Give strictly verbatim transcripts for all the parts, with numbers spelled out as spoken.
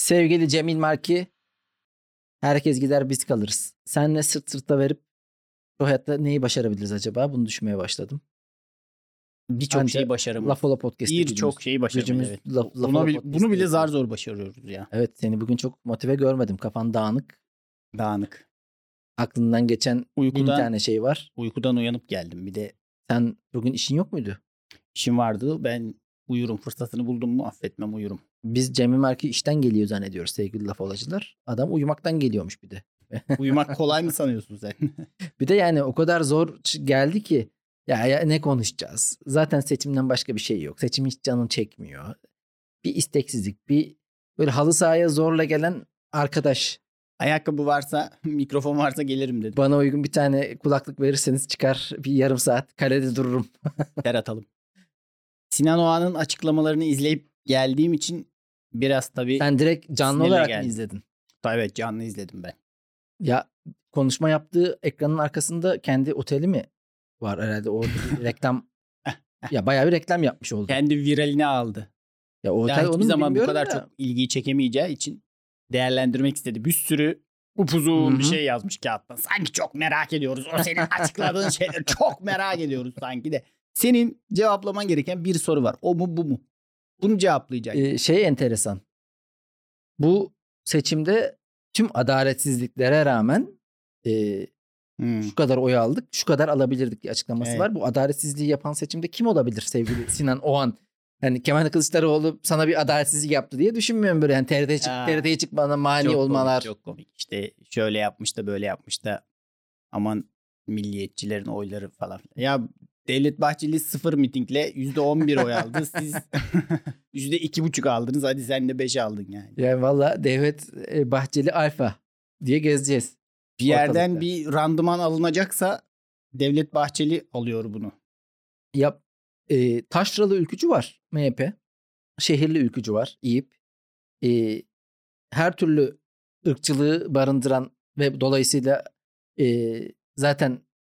Sevgili Cemil Marki, herkes gider biz kalırız. Senle sırt sırta verip şu hayatta neyi başarabiliriz acaba? Bunu düşünmeye başladım. Birçok Anca şeyi başaramayız. Lafola Podcast'te Birçok şeyi başaramayız. Evet. Laf, Buna Lafola bile- Podcast'te bunu bile zar yapıyoruz. zor başarıyoruz ya. Evet, seni bugün çok motive görmedim. Kafan dağınık. Dağınık. Aklından geçen bin Uykudan, tane şey var. uykudan uyanıp geldim. Bir de Sen bugün işin yok muydu? işim vardı. Ben uyurum. Fırsatını buldum mu affetmem, uyurum. Biz Cemil Marki işten geliyor zannediyoruz sevgili lafolacılar. Adam uyumaktan geliyormuş bir de. Uyumak kolay mı sanıyorsun sen? Bir de yani o kadar zor ç- geldi ki ya, ya ne konuşacağız? Zaten seçimden başka bir şey yok. Seçim hiç canın çekmiyor. Bir isteksizlik, bir böyle halı sahaya zorla gelen arkadaş. Ayakkabı varsa, mikrofon varsa gelirim dedi. Bana uygun bir tane kulaklık verirseniz çıkar bir yarım saat kalede dururum. Ter atalım. Sinan Oğan'ın açıklamalarını izleyip geldiğim için biraz tabii... Sen direkt canlı sinirle olarak geldim. mı izledin? Evet, canlı izledim ben. Ya konuşma yaptığı ekranın arkasında kendi oteli mi var herhalde? Orada bir reklam, ya bayağı bir reklam yapmış oldu. Kendi viralini aldı. Ya o Ya otel hiçbir onun zaman bu bilmiyorum kadar da. çok ilgiyi çekemeyeceği için değerlendirmek istedi. Bir sürü upuzun Hı hı. bir şey yazmış kağıttan. Sanki çok merak ediyoruz. O senin açıkladığın şeyleri çok merak ediyoruz sanki de. Senin cevaplaman gereken bir soru var. O mu bu mu? Bunu cevaplayacak. Ee, şey enteresan. Bu seçimde tüm adaletsizliklere rağmen e, Hmm. şu kadar oy aldık, şu kadar alabilirdik diye açıklaması Evet. var. Bu adaletsizliği yapan seçimde kim olabilir sevgili Sinan Oğan? Hani Kemal Kılıçdaroğlu sana bir adaletsizlik yaptı diye düşünmüyorum böyle. Yani T R T'ye çık, Ha. T R T'ye çıkmana mani Çok olmalar. komik, çok komik. İşte şöyle yapmış da böyle yapmış da aman milliyetçilerin oyları falan. Ya Devlet Bahçeli sıfır mitingle yüzde on bir oy aldı. Siz yüzde iki buçuk aldınız. Hadi sen de beş aldın yani. Yani valla Devlet e, Bahçeli Alfa diye gezeceğiz. Bir yerden Ortalıkta. bir randıman alınacaksa Devlet Bahçeli alıyor bunu. Ya e, taşralı ülkücü var M H P. Şehirli ülkücü var İYİP. E, her türlü ırkçılığı barındıran ve dolayısıyla e, zaten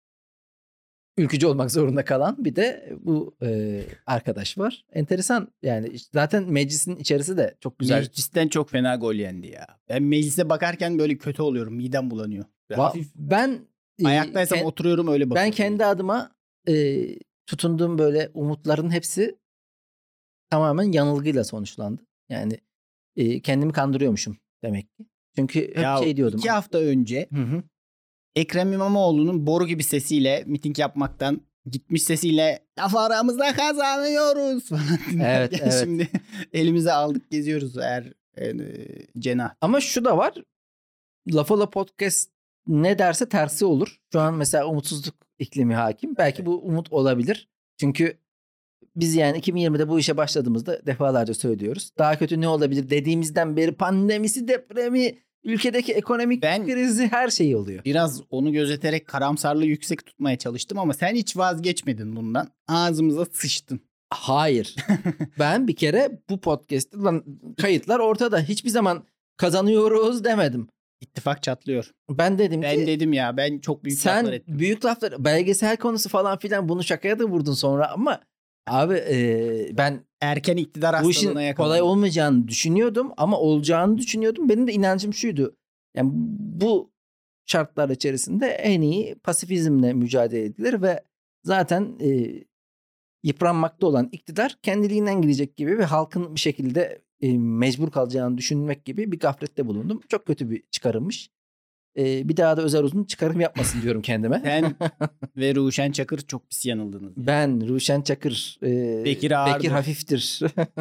ülkücü olmak zorunda kalan bir de bu e, arkadaş var. Enteresan yani işte zaten meclisin içerisi de çok güzel. Meclisten çok fena gol yendi ya. Ben meclise bakarken böyle kötü oluyorum. Midem bulanıyor. Va- Hafif ben e, ayaktaysam ken- oturuyorum öyle bakıyorum. ben kendi adıma e, tutunduğum böyle umutların hepsi tamamen yanılgıyla sonuçlandı. Yani e, kendimi kandırıyormuşum demek ki. Çünkü hep Ya şey diyordum. iki hafta önce Hı hı. Ekrem İmamoğlu'nun boru gibi sesiyle miting yapmaktan gitmiş sesiyle laf aramızda kazanıyoruz falan dinlerken evet. şimdi elimize aldık geziyoruz eğer e, cenah. Ama şu da var. Lafola Podcast ne derse tersi olur. Şu an mesela umutsuzluk iklimi hakim. Belki bu umut olabilir. Çünkü biz yani iki bin yirmide bu işe başladığımızda defalarca söylüyoruz. Daha kötü ne olabilir dediğimizden beri pandemisi, depremi, ülkedeki ekonomik Ben- krizi her şey oluyor. Biraz onu gözeterek karamsarlığı yüksek tutmaya çalıştım ama sen hiç vazgeçmedin bundan. Ağzımıza sıçtın. Hayır. Ben bir kere bu podcast'te lan kayıtlar ortada. Hiçbir zaman kazanıyoruz demedim. İttifak çatlıyor. Ben dedim Ben ki dedim ya ben çok büyük laflar sen ettim. büyük laflar, belgesel konusu falan filan bunu şakaya da vurdun sonra ama abi e, ben Erken iktidar bu işin hastalığına yakalandım. kolay olmayacağını düşünüyordum ama olacağını düşünüyordum. Benim de inancım şuydu. Yani bu şartlar içerisinde en iyi pasifizmle mücadele edilir ve zaten e, yıpranmakta olan iktidar kendiliğinden gidecek gibi ve halkın bir şekilde e, mecbur kalacağını düşünmek gibi bir gaflette bulundum. Çok kötü bir çıkarımmış. E, bir daha da Özer Uzun çıkarım yapmasın diyorum kendime. Sen ve Ruşen Çakır çok pis yanıldınız. Ben, Ruşen Çakır, e, Bekir ağırdır. Bekir hafiftir.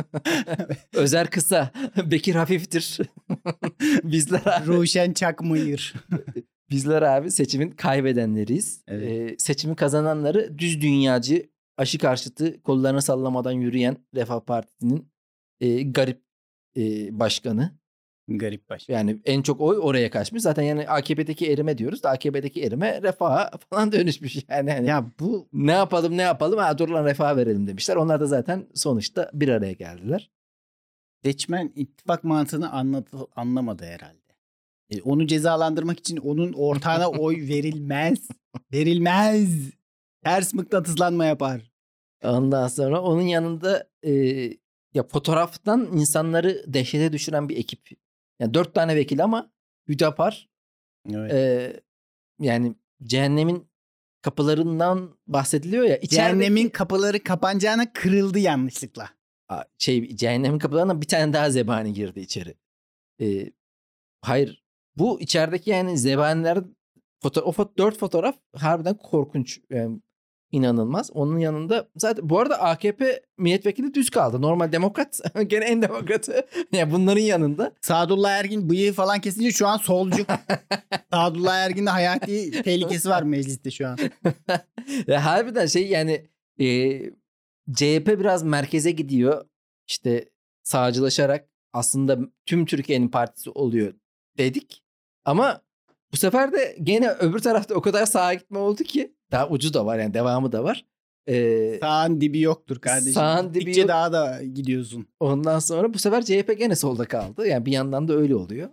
Özer kısa, Bekir hafiftir. Bizler abi, Ruşen Çakmayır. bizler abi seçimin kaybedenleriyiz. Evet. E, seçimi kazananları düz dünyacı, aşı karşıtı, kollarını sallamadan yürüyen Refah Partisi'nin e, garip e, başkanı. Garip baş. Yani en çok oy oraya kaçmış. Zaten yani A K P'deki erime diyoruz da A K P'deki erime refaha falan dönüşmüş. Yani hani Ya bu ne yapalım ne yapalım ha dur lan refaha verelim demişler. Onlar da zaten sonuçta bir araya geldiler. seçmen ittifak mantığını anlat, anlamadı herhalde. E, onu cezalandırmak için onun ortağına oy verilmez. Verilmez. Ters mıknatıslanma yapar. Ondan sonra onun yanında e, ya fotoğraftan insanları dehşete düşüren bir ekip Yani dört tane vekil ama Hüdapar Evet. e, yani cehennemin kapılarından bahsediliyor ya. içerideki- Cehennemin kapıları kapanacağına kırıldı yanlışlıkla. Aa, şey cehennemin kapılarından bir tane daha zebani girdi içeri. Ee, hayır. Bu içerideki yani zebaniler foto o foto dört fotoğraf harbiden korkunç. Yani inanılmaz. Onun yanında zaten bu arada A K P milletvekili düz kaldı. Normal demokrat gene en demokratı. Yani bunların yanında. Sadullah Ergin bıyığı falan kesince şu an solcu. Sadullah Ergin'de hayati tehlikesi var mecliste şu an. Ya harbiden şey yani e, C H P biraz merkeze gidiyor. İşte sağcılaşarak aslında tüm Türkiye'nin partisi oluyor dedik. Ama bu sefer de gene öbür tarafta o kadar sağa gitme oldu ki daha ucu da var yani devamı da var. Ee, Sağın dibi yoktur kardeşim. Sağın dibi Gittikçe yok. daha da gidiyorsun. Ondan sonra bu sefer C H P gene solda kaldı. Yani bir yandan da öyle oluyor.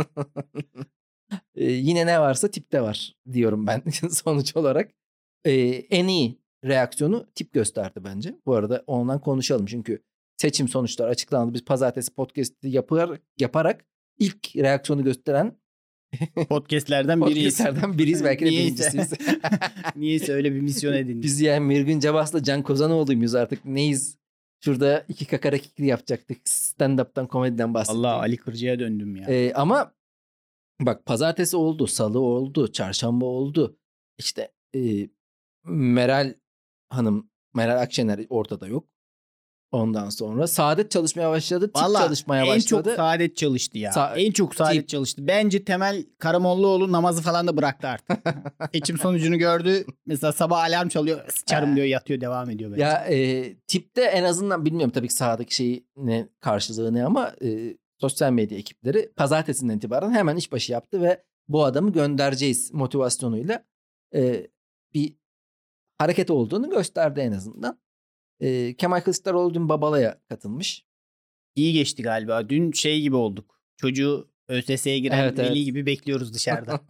Ee, yine ne varsa tipte var diyorum ben sonuç olarak. Ee, en iyi reaksiyonu tip gösterdi bence. Bu arada ondan konuşalım çünkü seçim sonuçları açıklandı. Biz pazartesi podcast'i yaparak, yaparak ilk reaksiyonu gösteren Podcast'lerden biriyiz. podcast'lerden biriyiz. Belki de Niyeyse. birincisiyiz. Niyeyse öyle bir misyon edindik. Biz yani Mirgün Cabas'la Can Kozanoğlu muyuz artık neyiz? Şurada iki kakara kikli yapacaktık. Stand-up'tan, komediden bahsettik. Allah Ali Kırca'ya döndüm ya. Ee, ama bak pazartesi oldu, salı oldu, çarşamba oldu. İşte e, Meral Hanım, Meral Akşener ortada yok. Ondan sonra Saadet çalışmaya başladı, tip Vallahi çalışmaya en başladı. çok Saadet çalıştı ya. Sa- en çok Saadet tip. çalıştı. Bence Temel Karamollaoğlu namazı falan da bıraktı artık. Seçim sonucunu gördü. Mesela sabah alarm çalıyor. Sıçarım diyor, yatıyor, devam ediyor bence. Ya e, tipte en azından bilmiyorum tabii ki sahadaki şeyi ne karşılığı ne ama e, sosyal medya ekipleri pazartesinden itibaren hemen işbaşı yaptı ve bu adamı göndereceğiz motivasyonuyla e, bir hareket olduğunu gösterdi en azından. E, Kemal Kılıçdaroğlu dün Babala'ya katılmış. İyi geçti galiba. Dün şey gibi olduk. Çocuğu ÖSS'ye giren Evet, veli evet. gibi bekliyoruz dışarıda.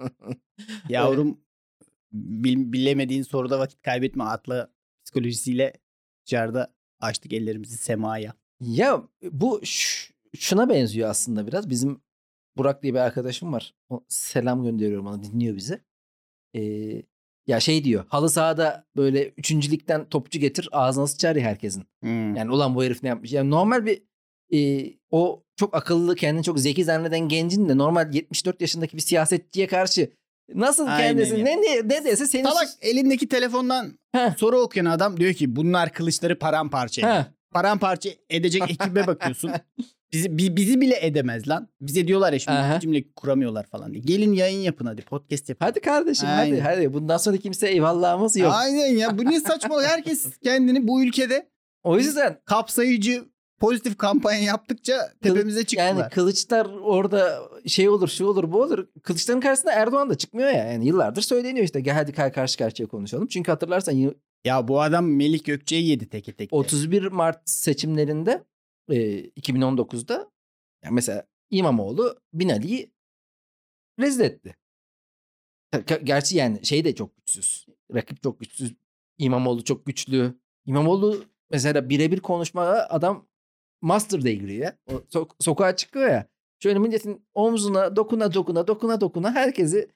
Yavrum bil- bilemediğin soruda vakit kaybetme adlı psikolojisiyle dışarıda açtık ellerimizi semaya. Ya bu ş- şuna benziyor aslında biraz. Bizim Burak diye bir arkadaşım var. O, selam gönderiyorum ona, dinliyor bizi. Ee, ya şey diyor, halı sahada böyle üçüncülükten topçu getir ağzına sıçar ya herkesin. Hmm. Yani ulan bu herif ne yapmış? Yani normal bir e, o çok akıllı, kendini çok zeki zanneden gencin de normal yetmiş dört yaşındaki bir siyasetçiye karşı nasıl Aynen kendisi ya. ne, ne ne dese senin Salak elindeki telefondan Heh. soru okuyan adam diyor ki bunlar kılıçları paramparça ediyor. Heh. Paramparça edecek ekibe bakıyorsun. Bizi, bi- bizi bile edemez lan. Bize diyorlar ya şimdi Aha. iki cümle kuramıyorlar falan diye. Gelin yayın yapın hadi, podcast yapın. Hadi kardeşim Aynen. hadi hadi bundan sonra kimse eyvallahımız yok. Aynen ya, bu ne saçmalık. Herkes kendini bu ülkede O yüzden kapsayıcı pozitif kampanya yaptıkça tepemize çıktılar. yani Kılıçlar orada şey olur şu olur bu olur. Kılıçların karşısında Erdoğan da çıkmıyor ya. Yani yıllardır söyleniyor işte gel hadi kay- karşı karşıya konuşalım. Çünkü hatırlarsan yıl- Ya bu adam Melih Gökçe'yi yedi teke tek. otuz bir Mart seçimlerinde e, iki bin on dokuzda yani mesela İmamoğlu Binali'yi rezil etti. Ge- Gerçi yani şey de çok güçsüz. Rakip çok güçsüz. İmamoğlu çok güçlü. İmamoğlu mesela birebir konuşmaya adam master degree ya. O so- sokağa çıkıyor ya. Şöyle milletin omzuna dokuna dokuna dokuna dokuna herkesi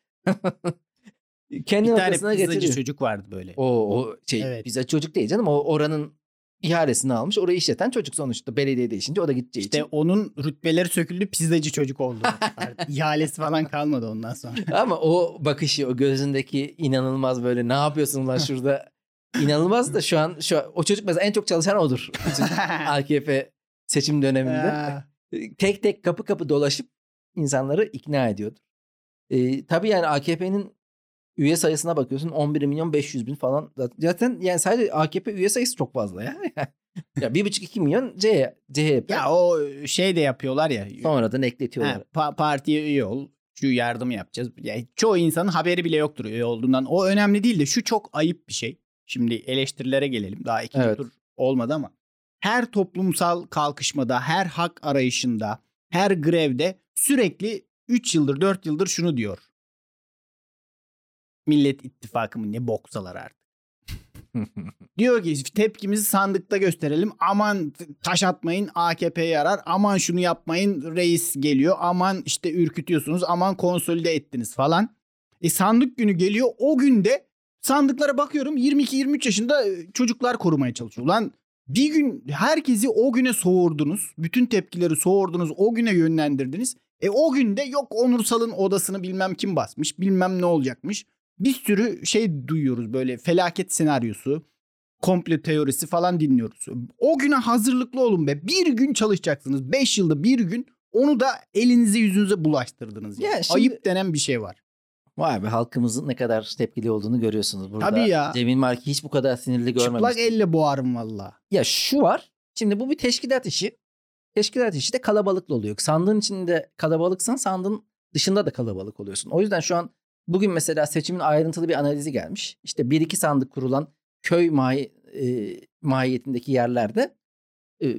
kendi Bir tane noktasına pizzacı getiriyor. çocuk vardı böyle. O, o şey Evet. bize çocuk değil canım. O oranın ihalesini almış. Orayı işleten çocuk sonuçta. Belediye değişince o da gideceği İşte için. onun rütbeleri söküldü, pizzacı çocuk oldu. Artık İhalesi falan kalmadı ondan sonra. Ama o bakışı, o gözündeki inanılmaz böyle ne yapıyorsun lan şurada? İnanılmaz da şu an şu an- o çocuk mesela en çok çalışan odur. Bütün A K P seçim döneminde. Ya. Tek tek kapı kapı dolaşıp insanları ikna ediyordur. Ee, tabii yani A K P'nin üye sayısına bakıyorsun on bir milyon beş yüz bin falan. Zaten yani sadece A K P üye sayısı çok fazla ya. Ya bir buçuk iki milyon C, C H P. Ya o şey de yapıyorlar ya. Sonradan ekletiyorlar. Ha, pa- partiye üye ol. Şu yardımı yapacağız. Yani çoğu insanın haberi bile yoktur üye olduğundan. O önemli değil de şu çok ayıp bir şey. Şimdi eleştirilere gelelim. Daha ikinci Evet. tur olmadı ama. Her toplumsal kalkışmada, her hak arayışında, her grevde sürekli üç yıldır dört yıldır şunu diyor. Millet İttifakı mı ne boksalar artık. Diyor ki tepkimizi sandıkta gösterelim. Aman taş atmayın, A K P'ye yarar. Aman şunu yapmayın, reis geliyor. Aman işte ürkütüyorsunuz. Aman konsolide ettiniz falan. E sandık günü geliyor. O günde sandıklara bakıyorum yirmi iki yirmi üç yaşında çocuklar korumaya çalışıyor. Ulan bir gün herkesi o güne soğurdunuz. Bütün tepkileri soğurdunuz. O güne yönlendirdiniz. E o günde yok Onursal'ın odasını bilmem kim basmış. Bilmem ne olacakmış. Bir sürü şey duyuyoruz, böyle felaket senaryosu, komplo teorisi falan dinliyoruz. O güne hazırlıklı olun be. Bir gün çalışacaksınız. Beş yılda bir gün, onu da elinize yüzünüze bulaştırdınız. Yani. Ya şimdi, ayıp denen bir şey var. Vay be, halkımızın ne kadar tepkili olduğunu görüyorsunuz burada. Tabii ya. Cemil Marki hiç bu kadar sinirli görmemiştim. Çıplak elle boğarım valla. Ya şu var. Şimdi bu bir teşkilat işi. Teşkilat işi de kalabalıklı oluyor. Sandığın içinde kalabalıksan sandığın dışında da kalabalık oluyorsun. O yüzden şu an bugün mesela seçimin ayrıntılı bir analizi gelmiş. İşte bir iki sandık kurulan köy mahi, e, mahiyetindeki yerlerde e,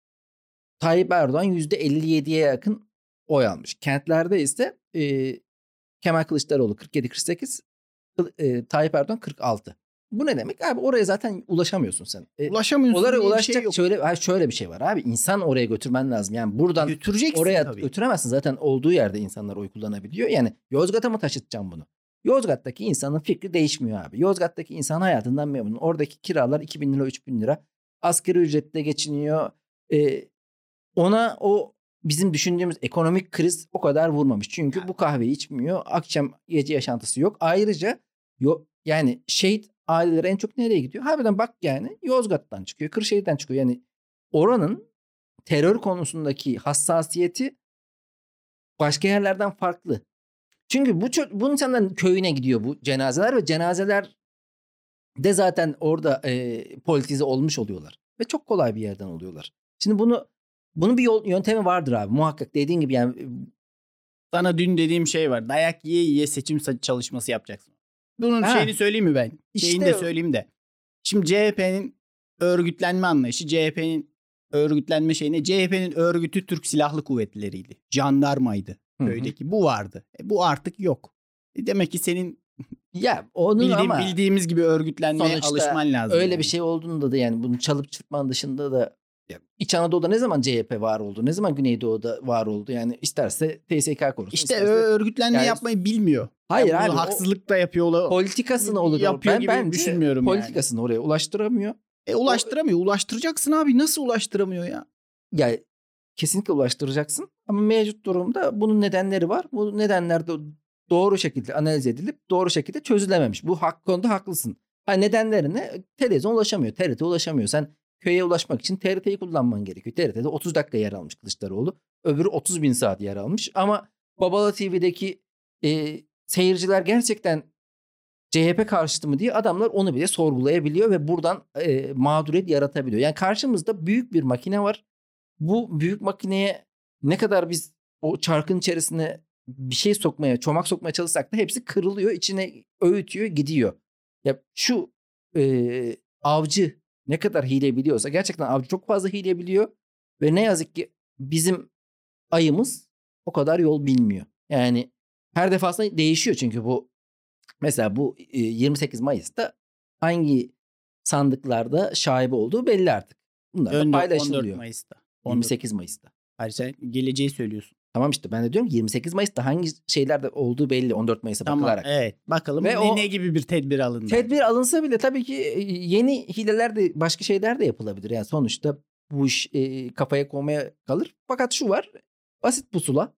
Tayyip Erdoğan yüzde elli yediye yakın oy almış. Kentlerde ise e, Kemal Kılıçdaroğlu kırk yedi kırk sekiz, e, Tayyip Erdoğan kırk altı. Bu ne demek? Abi oraya zaten ulaşamıyorsun sen. E, Ulaşamıyorsun. Oraya ulaşacak şey şöyle şöyle bir şey var abi. İnsan oraya götürmen lazım. Yani buradan götüreceksin oraya tabii. Götüremezsin. Zaten olduğu yerde insanlar oy kullanabiliyor. Yani Yozgat'a mı taşıtacağım bunu? Yozgat'taki insanın fikri değişmiyor abi. Yozgat'taki insan hayatından memnun. Oradaki kiralar iki bin lira üç bin lira. Asgari ücretle geçiniyor. Ee, ona o bizim düşündüğümüz ekonomik kriz o kadar vurmamış. Çünkü yani bu kahveyi içmiyor. Akşam gece yaşantısı yok. Ayrıca yo, yani şehit aileleri en çok nereye gidiyor? Harbiden bak yani Yozgat'tan çıkıyor. Kırşehir'den çıkıyor. Yani oranın terör konusundaki hassasiyeti başka yerlerden farklı. Çünkü bu, bu insanların köyüne gidiyor bu cenazeler ve cenazeler de zaten orada e, politize olmuş oluyorlar. Ve çok kolay bir yerden oluyorlar. Şimdi bunu bunun bir yol, yöntemi vardır abi. Muhakkak dediğin gibi yani. Sana dün dediğim şey var. Dayak yiye yiye seçim çalışması yapacaksın. Bunun ha. şeyini söyleyeyim mi ben? İşte şeyini de söyleyeyim de. Şimdi C H P'nin örgütlenme anlayışı, C H P'nin örgütlenme şeyine, C H P'nin örgütü Türk Silahlı Kuvvetleri'ydi. Jandarmaydı köydeki. Hı hı. Bu vardı. E, bu artık yok. E, demek ki senin ya onun bildiğim, ama bildiğimiz gibi örgütlenmeye alışman lazım. Öyle yani. bir şey olduğunda da yani bunu çalıp çırpman dışında da İç Anadolu'da ne zaman C H P var oldu? Ne zaman Güneydoğu'da var oldu? Yani isterse T S K korusun. İşte isterse, örgütlenme yani, yapmayı bilmiyor. Hayır yani abi. Haksızlık da yapıyor. Politikasını olur. Yapıyor ben gibi bence düşünmüyorum politikasını yani. oraya ulaştıramıyor. E ulaştıramıyor. O, ulaştıracaksın abi. Nasıl ulaştıramıyor ya? Ya kesinlikle ulaştıracaksın. Ama mevcut durumda bunun nedenleri var. Bu nedenler de doğru şekilde analiz edilip doğru şekilde çözülememiş. Bu hak konuda haklısın. Ha, nedenlerine televizyon ulaşamıyor. T R T ulaşamıyor. Sen köye ulaşmak için T R T'yi kullanman gerekiyor. T R T'de otuz dakika yer almış Kılıçdaroğlu. Öbürü otuz bin saat yer almış. Ama Babala T V'deki e, seyirciler gerçekten C H P karşıtı mı diye adamlar onu bile sorgulayabiliyor ve buradan e, mağduriyet yaratabiliyor. Yani karşımızda büyük bir makine var. Bu büyük makineye ne kadar biz o çarkın içerisine bir şey sokmaya, çomak sokmaya çalışsak da hepsi kırılıyor, içine öğütüyor, gidiyor. Ya şu e, avcı ne kadar hile biliyorsa, gerçekten avcı çok fazla hile biliyor ve ne yazık ki bizim ayımız o kadar yol bilmiyor. Yani her defasında değişiyor çünkü bu mesela bu yirmi sekiz Mayıs'ta hangi sandıklarda şaibe olduğu belli artık. Bunlar da paylaşılıyor. on dört Mayıs'ta. yirmi sekiz Mayıs'ta. Hayır, sen geleceği söylüyorsun. Tamam işte ben de diyorum ki yirmi sekiz Mayıs'ta hangi şeylerde olduğu belli on dört Mayıs'a tamam, bakılarak. Evet, bakalım Ve ne, o, ne gibi bir tedbir alındı. Tedbir alınsa bile tabii ki yeni hileler de başka şeyler de yapılabilir. Yani sonuçta bu iş e, kafaya koymaya kalır. Fakat şu var, basit pusula.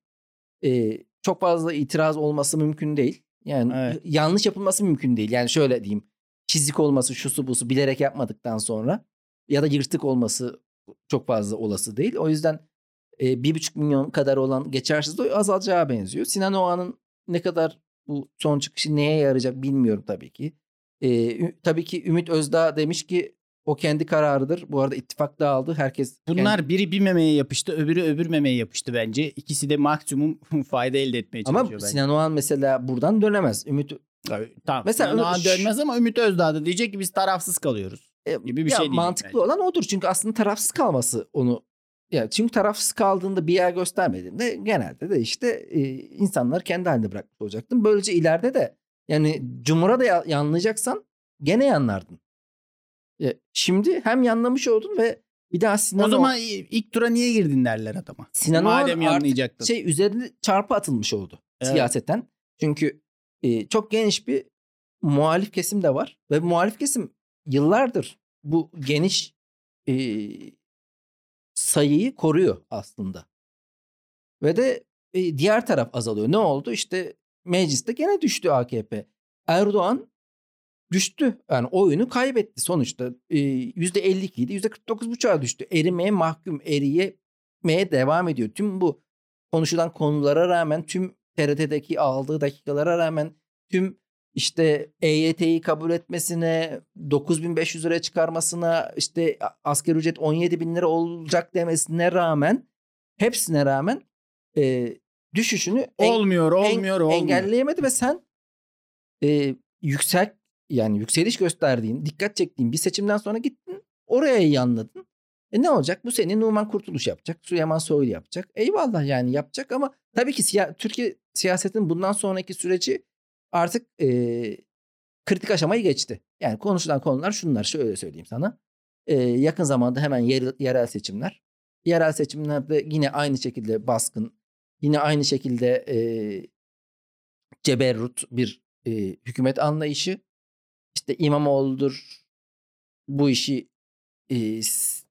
E, çok fazla itiraz olması mümkün değil. Yani evet. yanlış yapılması mümkün değil. Yani şöyle diyeyim, çizik olması, şusu busu bilerek yapmadıktan sonra ya da yırtık olması çok fazla olası değil. O yüzden e, bir buçuk milyon kadar olan geçersiz oy azalacağı benziyor. Sinan Oğan'ın ne kadar bu son çıkışı neye yarayacak bilmiyorum tabii ki. E, tabii ki Ümit Özdağ demiş ki o kendi kararıdır. Bu arada ittifak dağıldı. Herkes Bunlar kendi... biri bir memeye yapıştı, öbürü öbür memeye yapıştı bence. İkisi de maksimum fayda elde etmeye çalışıyor ama bence. Ama Sinan Oğan mesela buradan dönemez. Ümit Tabii, tamam. Mesela Sinan Oğan dönmez ama Ümit Özdağ da diyecek ki biz tarafsız kalıyoruz gibi bir ya şey değil. Mantıklı bence olan odur. Çünkü aslında tarafsız kalması onu ya çünkü tarafsız kaldığında bir yer göstermediğinde genelde de işte e, insanlar kendi halinde bırakmış olacaktın. Böylece ileride de yani Cumhur'a da yanlayacaksan gene yanlardın. E, şimdi hem yanlamış oldun ve bir daha Sinan O zaman Oğan, ilk tura niye girdin derler adama. Sinan Madem Oğan artık yanlayacaktın. şey üzerinde çarpı atılmış oldu Evet. siyaseten. Çünkü e, çok geniş bir muhalif kesim de var ve muhalif kesim yıllardır bu geniş e, sayıyı koruyor aslında. Ve de e, diğer taraf azalıyor. Ne oldu? İşte mecliste gene düştü A K P. Erdoğan düştü. Yani oyunu kaybetti sonuçta. E, yüzde elli iki idi. yüzde kırk dokuz buçuğa düştü. Erimeye mahkum. Eriyemeye devam ediyor. Tüm bu konuşulan konulara rağmen, tüm T R T'deki aldığı dakikalara rağmen, tüm işte E Y T'yi kabul etmesine, dokuz bin beş yüz liraya çıkarmasına, işte asgari ücret on yedi bin lira olacak demesine rağmen, hepsine rağmen e, düşüşünü en, Olmuyor, olmuyor, en, olmuyor. engelleyemedi ve sen e, yüksel yani yükseliş gösterdiğin, dikkat çektiğin bir seçimden sonra gittin oraya yanladın. E ne olacak? Bu senin Numan Kurtuluş yapacak, Süleyman Soylu yapacak. Eyvallah yani yapacak ama tabii ki siya- Türkiye siyasetinin bundan sonraki süreci artık e, kritik aşamayı geçti. Yani konuşulan konular şunlar, şöyle söyleyeyim sana. E, yakın zamanda hemen yer- yerel seçimler. Yerel seçimlerde yine aynı şekilde baskın, yine aynı şekilde e, ceberrut bir e, hükümet anlayışı. İşte İmamoğlu'dur bu işi e, s-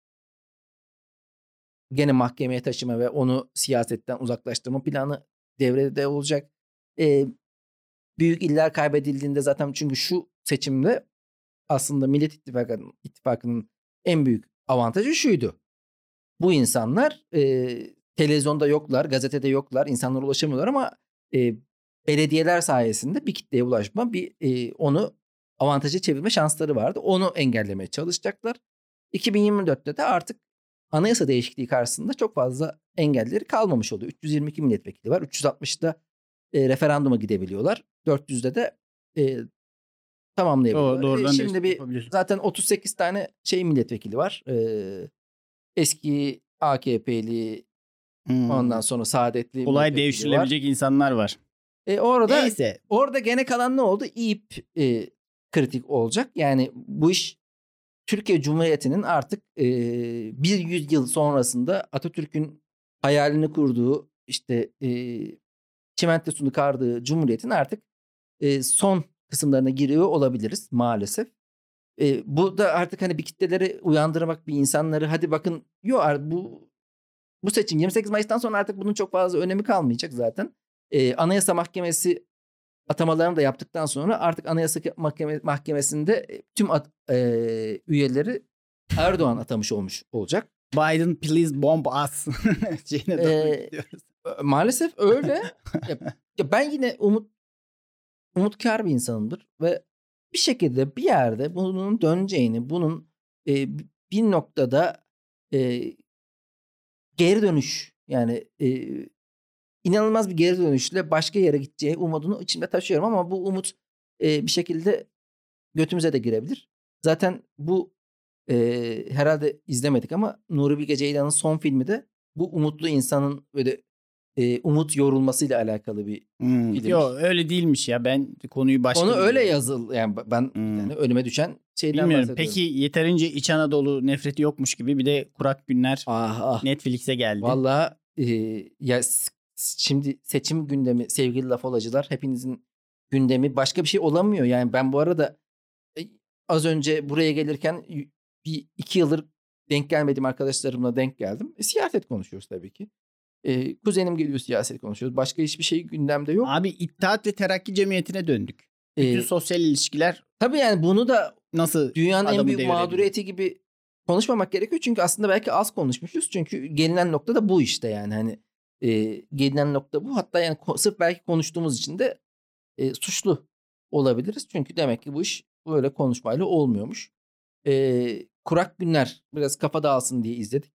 gene mahkemeye taşıma ve onu siyasetten uzaklaştırma planı devrede olacak. E, büyük iller kaybedildiğinde zaten, çünkü şu seçimde aslında Millet İttifakı'nın, ittifakının en büyük avantajı şuydu. Bu insanlar e, televizyonda yoklar, gazetede yoklar, insanlara ulaşamıyorlar ama e, belediyeler sayesinde bir kitleye ulaşma, bir e, onu avantaja çevirme şansları vardı. Onu engellemeye çalışacaklar. iki bin yirmi dörtte de artık anayasa değişikliği karşısında çok fazla engelleri kalmamış oldu. üç yüz yirmi iki milletvekili var. üç yüz altmışta e, referanduma gidebiliyorlar. dört yüzde de e, tamamlayabiliyorlar. O E, doğrudan şimdi destek bir yapabiliyorsun. zaten otuz sekiz tane şey milletvekili var. E, eski A K P'li, ondan Hmm. sonra Saadetli Kolay milletvekili var. değiştirilebilecek insanlar var. E, orada Neyse. orada gene kalan ne oldu? İYİP e, kritik olacak. Yani bu iş Türkiye Cumhuriyeti'nin artık e, bir yüzyıl sonrasında Atatürk'ün hayalini kurduğu, işte e, çimentosunu kardığı Cumhuriyet'in artık e, son kısımlarına giriyor olabiliriz maalesef. E, bu da artık hani bir kitleleri uyandırmak, bir insanları hadi bakın, yok bu bu seçim yirmi sekiz Mayıs'tan sonra artık bunun çok fazla önemi kalmayacak zaten. E, Anayasa Mahkemesi atamalarını da yaptıktan sonra artık Anayasa Mahkeme, Mahkemesi'nde tüm at, e, üyeleri Erdoğan atamış olmuş olacak. Biden please bomb us. Şeyine doğru E, gidiyoruz. maalesef öyle. ya, ya ben yine umut umutkar bir insanımdır ve bir şekilde bir yerde bunun döneceğini, bunun e, bir noktada e, geri dönüş, yani e, inanılmaz bir geri dönüşle başka yere gideceği umudunu içimde taşıyorum ama bu umut e, bir şekilde götümüze de girebilir. Zaten bu e, herhalde izlemedik ama Nuri Bilge Ceylan'ın son filmi de bu umutlu insanın böyle e, umut yorulmasıyla alakalı bir Hmm. filmmiş. Yok öyle değilmiş ya. Ben konuyu başka Onu öyle biliyorum. yazıl yani ben Hmm. yani önüme düşen şeyden Bilmiyorum. bahsediyorum. Peki yeterince İç Anadolu nefreti yokmuş gibi bir de Kurak Günler Ah, ah. Netflix'e geldi. Vallahi e, ya s- şimdi seçim gündemi sevgili lafolacılar, hepinizin gündemi başka bir şey olamıyor. Yani ben bu arada e, az önce buraya gelirken y- bir iki yıldır denk gelmediğim arkadaşlarımla denk geldim. E, siyaset konuşuyoruz tabii ki. E, kuzenim geliyor, siyaset konuşuyoruz. Başka hiçbir şey gündemde yok. Abi İttihat ve Terakki Cemiyeti'ne döndük. Bütün E, sosyal ilişkiler tabii yani bunu da nasıl dünyanın en adamı büyük devirebilir? mağduriyeti gibi konuşmamak gerekiyor. Çünkü aslında belki az konuşmuşuz. Çünkü gelinen nokta da bu işte yani. Hani e, gelinen nokta bu. Hatta yani ko- sırf belki konuştuğumuz için de e, suçlu olabiliriz. Çünkü demek ki bu iş böyle konuşmayla olmuyormuş. E, Kurak Günler biraz kafa dağılsın diye izledik.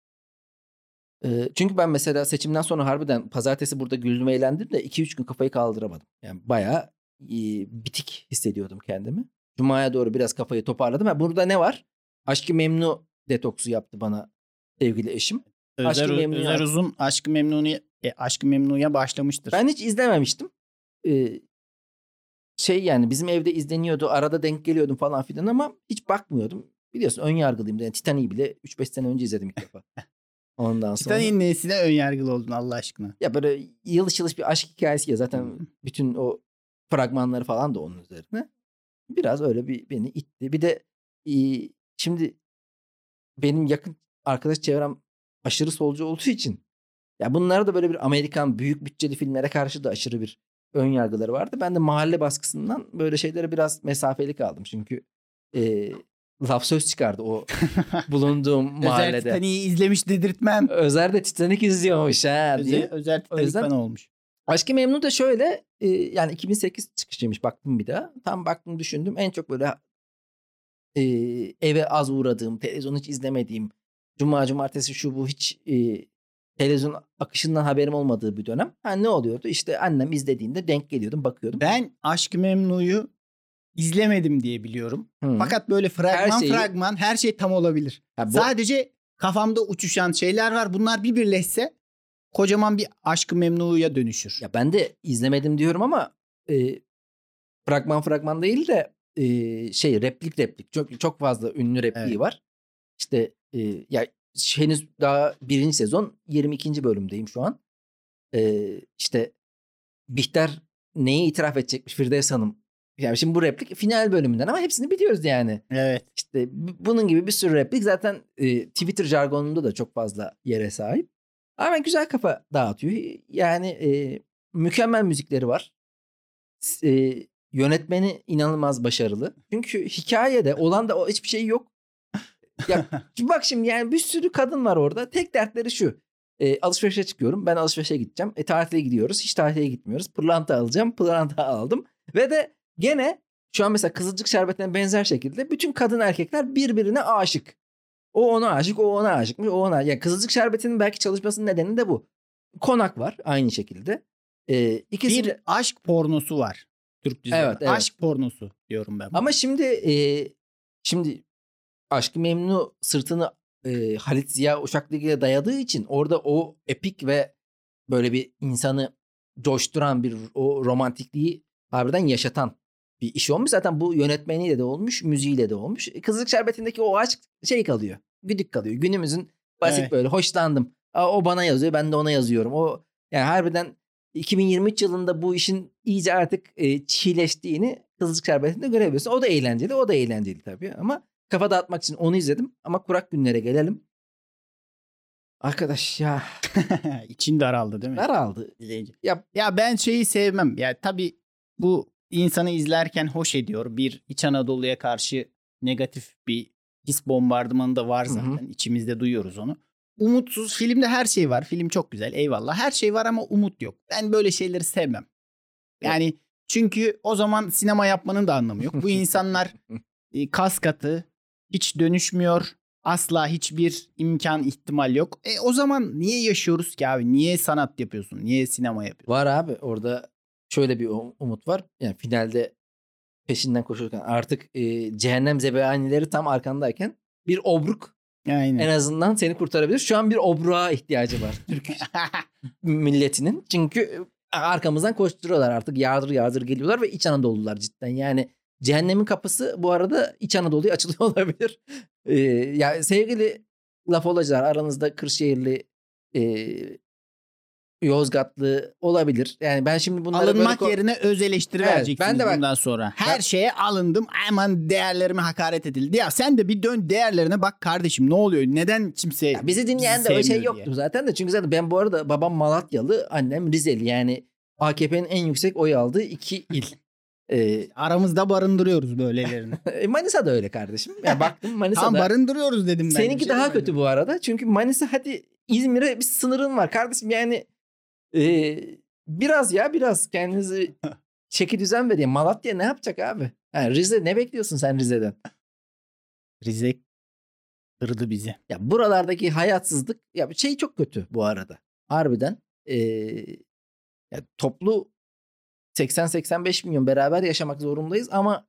E, çünkü ben mesela seçimden sonra harbiden pazartesi burada güldüm eğlendim de iki üç gün kafayı kaldıramadım. Yani bayağı e, bitik hissediyordum kendimi. Cuma'ya doğru biraz kafayı toparladım. Ha, burada ne var? Aşk-ı Memnu detoksu yaptı bana sevgili eşim. Özer, Aşk-ı Memnu'yu Özer aç- Uzun Aşk-ı Memnu'ya e, Aşk-ı Memnu'ya başlamıştır. Ben hiç izlememiştim. Ee, şey yani bizim evde izleniyordu. Arada denk geliyordum falan filan ama hiç bakmıyordum. Biliyorsun ön yargılıyım. Yani Titanic'i bile üç beş sene önce izledim ilk defa. Ondan sonra. Titanic'in nesine ön yargılı oldun Allah aşkına? Ya böyle yılış yılış bir aşk hikayesi ya. Zaten Hmm. bütün o fragmanları falan da onun üzerine. Biraz öyle bir beni itti. Bir de e, şimdi benim yakın arkadaş çevrem aşırı solcu olduğu için ya bunlar da böyle bir Amerikan büyük bütçeli filmlere karşı da aşırı bir ön yargıları vardı. Ben de mahalle baskısından böyle şeylere biraz mesafeli kaldım. Çünkü e, laf söz çıkardı o bulunduğum Özel mahallede. Titanic'i izlemiş dedirtmem. Özer de Titanic izliyormuş ha diye. Özel, özel Titanic yüzden- fan olmuş. Aşk-ı Memnu da şöyle e, yani iki bin sekiz çıkışıymış baktım bir daha. Tam baktım düşündüm en çok böyle e, eve az uğradığım, televizyon hiç izlemediğim, cuma cumartesi şu bu hiç e, televizyon akışından haberim olmadığı bir dönem. Ha, ne oluyordu? İşte annem izlediğinde denk geliyordum, bakıyordum. Ben Aşk-ı Memnu'yu izlemedim diye biliyorum. Hı. Fakat böyle fragman Her şeyi- fragman her şey tam olabilir. Ha, bu- Sadece kafamda uçuşan şeyler var. Bunlar bir birleşse kocaman bir Aşk-ı Memnu'ya dönüşür. Ya ben de izlemedim diyorum ama e, fragman fragman değil de e, şey replik replik çok çok fazla ünlü repliği Evet. var. İşte e, ya henüz daha birinci sezon yirmi ikinci bölümdeyim şu an. E, işte Bihter neyi itiraf edecekmiş Firdevs Hanım. Yani şimdi bu replik final bölümünden ama hepsini biliyoruz yani. Evet. İşte b- bunun gibi bir sürü replik zaten e, Twitter jargonunda da çok fazla yere sahip. Ama güzel kafa dağıtıyor. Yani e, mükemmel müzikleri var. S- E, yönetmeni inanılmaz başarılı. Çünkü hikayede olan da o hiçbir şey yok. Ya şimdi bak şimdi yani bir sürü kadın var orada. Tek dertleri şu. E, alışverişe çıkıyorum. Ben alışverişe gideceğim. E, tatile gidiyoruz. Hiç tatile gitmiyoruz. Pırlanta alacağım. Pırlanta aldım. Ve de gene şu an mesela Kızılcık Şerbeti'ne benzer şekilde bütün kadın erkekler birbirine aşık. O ona aşık, o ona aşıkmış, o ona. Yani Kızılcık Şerbeti'nin belki çalışmasının nedeni de bu. Konak var aynı şekilde. E, ikisi Bir aşk pornosu var Türk dizilerinde. Evet, evet. Aşk pornosu diyorum ben. Ama şimdi e, şimdi Aşk-ı Memnu sırtını e, Halit Ziya Uşaklı'ya dayadığı için orada o epik ve böyle bir insanı coşturan bir o romantikliği harbiden yaşatan bir iş olmuş. Zaten bu yönetmeniyle de olmuş, müziğiyle de olmuş. E, Kızılcık Şerbeti'ndeki o aşk şey kalıyor. Güdük kalıyor. Günümüzün basit Evet. böyle hoşlandım. Aa, o bana yazıyor, ben de ona yazıyorum. O yani harbiden iki bin yirmi üç yılında bu işin iyice artık e, çiğleştiğini Kızılcık Şerbeti'nde görebiliyorsun. O da eğlenceli, o da eğlenceli tabii ama kafa dağıtmak için onu izledim. Ama kurak günlere gelelim. Arkadaş ya İçin daraldı değil mi? daraldı. İzleyici. Ya Ya ben şeyi sevmem. Ya tabii bu insanı izlerken hoş ediyor. Bir İç Anadolu'ya karşı negatif bir his bombardımanı da var Hı hı. zaten. İçimizde duyuyoruz onu. Umutsuz. Filmde her şey var. Film çok güzel. Eyvallah. Her şey var ama umut yok. Ben böyle şeyleri sevmem. Yani çünkü o zaman sinema yapmanın da anlamı yok. Bu insanlar e, kas katı, hiç dönüşmüyor. Asla hiçbir imkan ihtimal yok. E o zaman niye yaşıyoruz ki abi? Niye sanat yapıyorsun? Niye sinema yapıyorsun? var abi orada şöyle bir um- umut var. Yani finalde peşinden koşurken artık e, cehennem zebanileri tam arkandayken bir obruk en Aynen. azından seni kurtarabilir. Şu an bir obruğa ihtiyacı var Türk milletinin. Çünkü e, arkamızdan koşturuyorlar artık yardır yardır geliyorlar ve İç Anadolular cidden. Yani cehennemin kapısı bu arada İç Anadolu'ya açılıyor olabilir. Ee, ya sevgili laf olacaklar aranızda Kırşehirli e, Yozgatlı olabilir. Yani ben şimdi bunları Alınmak böyle ko- yerine öz eleştiri Evet, vereceksiniz ben de bak- bundan sonra. Her Ben- şeye alındım. Aman değerlerime hakaret edildi. Ya sen de bir dön değerlerine bak kardeşim. Ne oluyor? Neden kimse Ya bizi dinleyen de bizi öyle şey sevmiyor yoktu diye. zaten de. Çünkü zaten ben bu arada babam Malatyalı, annem Rizeli. Yani A K P'nin en yüksek oy aldığı iki il. Ee, Aramızda barındırıyoruz böylelerini. e, Manisa da öyle kardeşim. Yani baktım Manisa'da. Tam barındırıyoruz dedim ben. Seninki Bir şey daha demedim. kötü bu arada. Çünkü Manisa hadi İzmir'e bir sınırın var kardeşim. Yani e, biraz ya biraz kendinizi çeki düzen verin. Malatya ne yapacak abi? Yani Rize ne bekliyorsun sen Rize'den? Rize kırdı bizi. Ya buralardaki hayatsızlık ya şey çok kötü bu arada. Harbiden e, ya toplu seksen seksen beş milyon beraber yaşamak zorundayız ama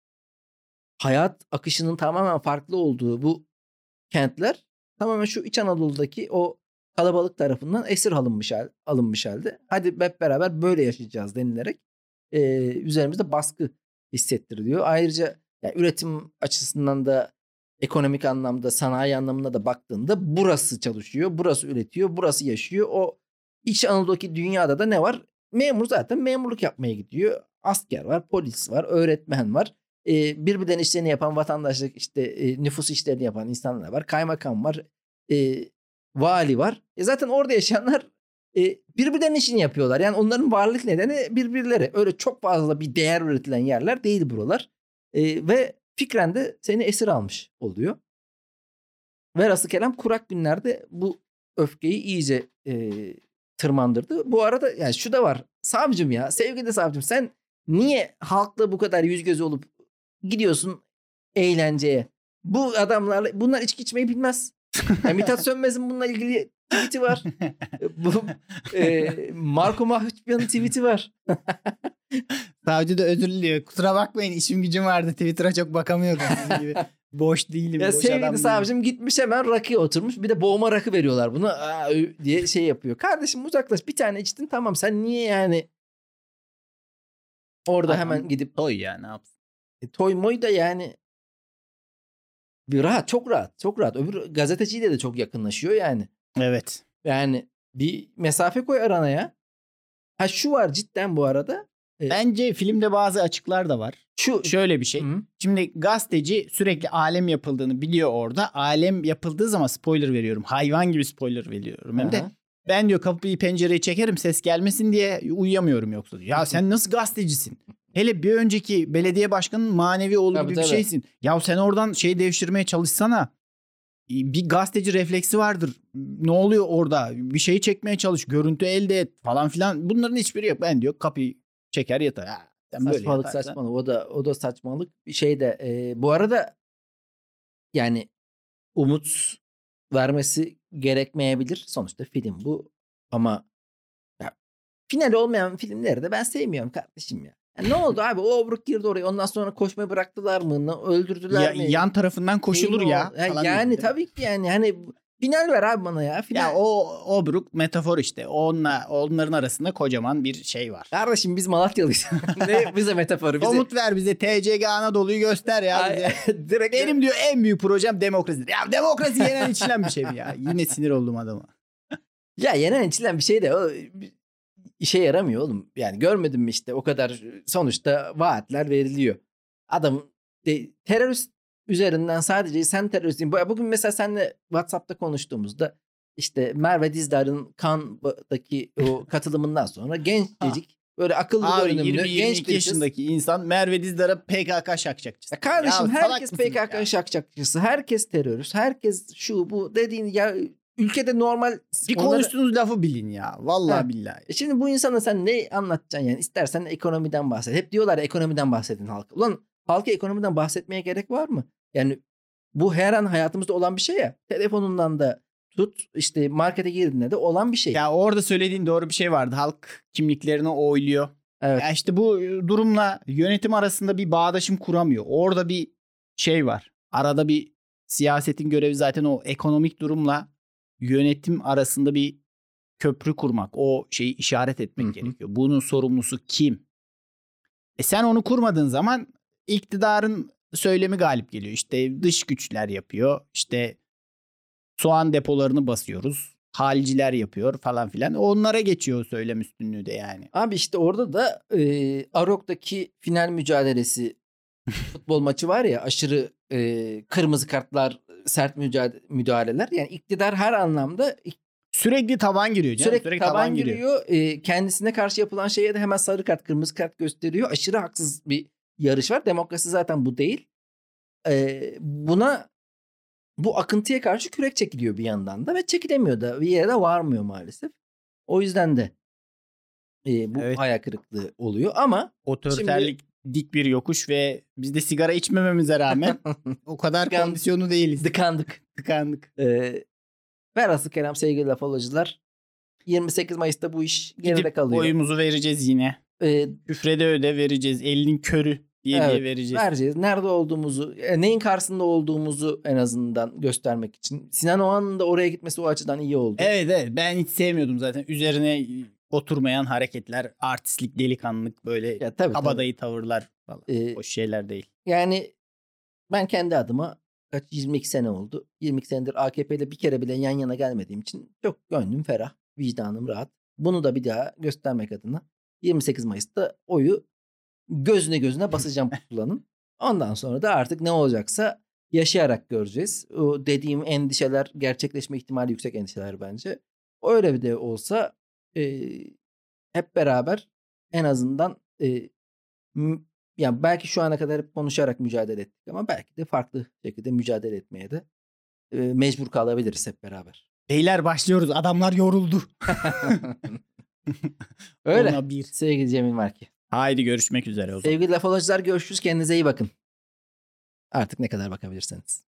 hayat akışının tamamen farklı olduğu bu kentler tamamen şu İç Anadolu'daki o kalabalık tarafından esir alınmış hal, alınmış halde. Hadi hep beraber böyle yaşayacağız denilerek e, üzerimizde baskı hissettiriliyor. Ayrıca yani üretim açısından da ekonomik anlamda, sanayi anlamında da baktığında burası çalışıyor, burası üretiyor, burası yaşıyor. O İç Anadolu'daki dünyada da ne var? Memur zaten memurluk yapmaya gidiyor. Asker var, polis var, öğretmen var. Ee, birbirlerinin işlerini yapan vatandaşlık, işte e, nüfus işlerini yapan insanlar var. Kaymakam var, e, vali var. E zaten orada yaşayanlar e, birbirlerinin işini yapıyorlar. Yani onların varlık nedeni birbirleri. Öyle çok fazla bir değer üretilen yerler değil buralar. E, ve fikren de seni esir almış oluyor. Velhasıl kelam kurak günlerde bu öfkeyi iyice e, tırmandırdı. Bu arada yani şu da var. Savcım ya, sevgili savcım, sen niye halkla bu kadar yüz göz olup gidiyorsun eğlenceye? Bu adamlarla, bunlar içki içmeyi bilmez. Yani Mithat Sönmez'in bununla ilgili tweet'i var. Bu e, Marco Mahçupyan'ın tweet'i var. Savcı da özür diliyor. Kusura bakmayın, işim gücüm vardı. Twitter'a çok bakamıyordum sizin gibi. Boş değilim. Ya boş sevgili adam savcım değilim. gitmiş hemen rakıya oturmuş. Bir de boğma rakı veriyorlar buna. Aa, ö- diye şey yapıyor. Kardeşim uzaklaş, bir tane içtin tamam, sen niye yani orada Adam hemen gidip Toy ya, ne yapsın? e, toy moy da yani bir rahat, çok rahat, çok rahat. Öbür gazeteciyle de çok yakınlaşıyor yani. Evet. Yani bir mesafe koy arana ya. Ha şu var cidden bu arada. E, Bence filmde bazı açıklar da var. şu Şöyle bir şey. Hı. Şimdi gazeteci sürekli alem yapıldığını biliyor orada. Alem yapıldığı zaman spoiler veriyorum. Hayvan gibi spoiler veriyorum. Hem de Aha. ben diyor kapıyı pencereyi çekerim ses gelmesin diye uyuyamıyorum yoksa diyor. Ya sen nasıl gazetecisin? Hele bir önceki belediye başkanının manevi oğlu Tabii, gibi bir tabii. şeysin. Ya sen oradan şey devşirmeye çalışsana. Bir gazeteci refleksi vardır. Ne oluyor orada? Bir şeyi çekmeye çalış. Görüntü elde et falan filan. Bunların hiçbiri yok. Ben diyor kapıyı çeker yatar. Ha, sen böyle Saçmalık yatarsan- saçmalık. O da o da saçmalık. Bir şey de e, bu arada yani umut vermesi gerekmeyebilir. Sonuçta film bu. Ama ya, final olmayan filmleri de ben sevmiyorum kardeşim ya. Ya ne oldu abi? O obruk girdi oraya. Ondan sonra koşmayı bıraktılar mı? Na- Öldürdüler Ya, mi? yan tarafından koşulur Şey mi ya. oldu? Ya falan yani diyor, değil mi? tabii ki yani hani final ver abi bana ya. Final. Ya o obruk metafor işte. Onunla onların arasında kocaman bir şey var. Kardeşim biz Malatyalıyız. Ne bize metaforu bize. Umut ver bize, T C G Anadolu'yu göster ya Ay, bize. direkt Benim diyor en büyük projem demokrasi. Ya demokrasi yenen içilen bir şey mi ya? Yine sinir oldum adama. ya yenen içilen bir şey de o işe yaramıyor oğlum. Yani görmedim mi işte o kadar sonuçta vaatler veriliyor. Adam de, terörist üzerinden sadece sen teröristsin. Bu- Bugün mesela seninle WhatsApp'ta konuştuğumuzda işte Merve Dizdar'ın Cannes'daki o katılımından sonra gencecik böyle akıllı Abi görünümlü yirmi yirmi genç iki bir kız. yaşındaki insan Merve Dizdar'a P K K şakşakçısı. Ya kardeşim Ya salak herkes mısınız P K K ya? şakşakçısı, herkes terörist, herkes şu bu dediğin ya ülkede normal Bir onları- konuştuğunuz lafı bilin ya. Vallahi Ha. billahi. E Şimdi bu insana sen ne anlatacaksın yani? İstersen ekonomiden bahset. Hep diyorlar ya, ekonomiden bahsedin halka. Ulan halka ekonomiden bahsetmeye gerek var mı? Yani bu her an hayatımızda olan bir şey ya. Telefonundan da tut işte markete girdiğinde de olan bir şey. Ya orada söylediğin doğru bir şey vardı. Halk kimliklerini oyluyor. Evet. Ya işte bu durumla yönetim arasında bir bağdaşım kuramıyor. Orada bir şey var. Arada bir siyasetin görevi zaten o ekonomik durumla yönetim arasında bir köprü kurmak. O şeyi işaret etmek Hı hı. gerekiyor. Bunun sorumlusu kim? E sen onu kurmadığın zaman iktidarın söylemi galip geliyor. İşte dış güçler yapıyor. İşte soğan depolarını basıyoruz. Halciler yapıyor falan filan. Onlara geçiyor söylem üstünlüğü de yani. Abi işte orada da e, Arok'taki final mücadelesi futbol maçı var ya, aşırı e, kırmızı kartlar, sert mücadele, müdahaleler. Yani iktidar her anlamda Sürekli taban giriyor canım. sürekli, Sürekli, taban giriyor. E, kendisine karşı yapılan şeye de hemen sarı kart, kırmızı kart gösteriyor. Aşırı haksız bir yarış var. Demokrasi zaten bu değil. E, buna bu akıntıya karşı kürek çekiliyor bir yandan da ve çekilemiyor da bir yere de varmıyor maalesef. O yüzden de e, bu Evet. hayal kırıklığı oluyor ama Otoriterlik dik bir yokuş ve biz de sigara içmememize rağmen o kadar Tıkan- kondisyonu değiliz. dıkandık. Tıkandık. E, velhasıl kelam sevgili laf alıcılar, yirmi sekiz Mayıs'ta bu iş geride Gidip kalıyor. oyumuzu vereceğiz yine. E, Küfrede öde vereceğiz. Elinin körü diye Evet, diye vereceğiz. vereceğiz. Nerede olduğumuzu, e, neyin karşısında olduğumuzu en azından göstermek için. Sinan Oğan'ın da oraya gitmesi o açıdan iyi oldu. Evet evet, ben hiç sevmiyordum zaten. Üzerine oturmayan hareketler, artistlik, delikanlılık, böyle Ya tabii, kabadayı tavırlar falan. Ee, Hoş şeyler değil. Yani ben kendi adıma kaç yirmi iki sene oldu. yirmi iki senedir A K P ile bir kere bile yan yana gelmediğim için çok gönlüm ferah, vicdanım rahat. Bunu da bir daha göstermek adına yirmi sekiz Mayıs'ta oyu gözüne gözüne basacağım pusulanın. Ondan sonra da artık ne olacaksa yaşayarak göreceğiz. O dediğim endişeler gerçekleşme ihtimali yüksek endişeler bence. Öyle bir de olsa e, hep beraber en azından e, m- yani belki şu ana kadar hep konuşarak mücadele ettik ama belki de farklı şekilde mücadele etmeye de e, mecbur kalabiliriz hep beraber. Beyler başlıyoruz. Adamlar yoruldu. Öyle. Ona bir. Sevgili Cemil Marki. Haydi görüşmek üzere o zaman. Sevgili lafolojlar görüşürüz. Kendinize iyi bakın. Artık ne kadar bakabilirseniz.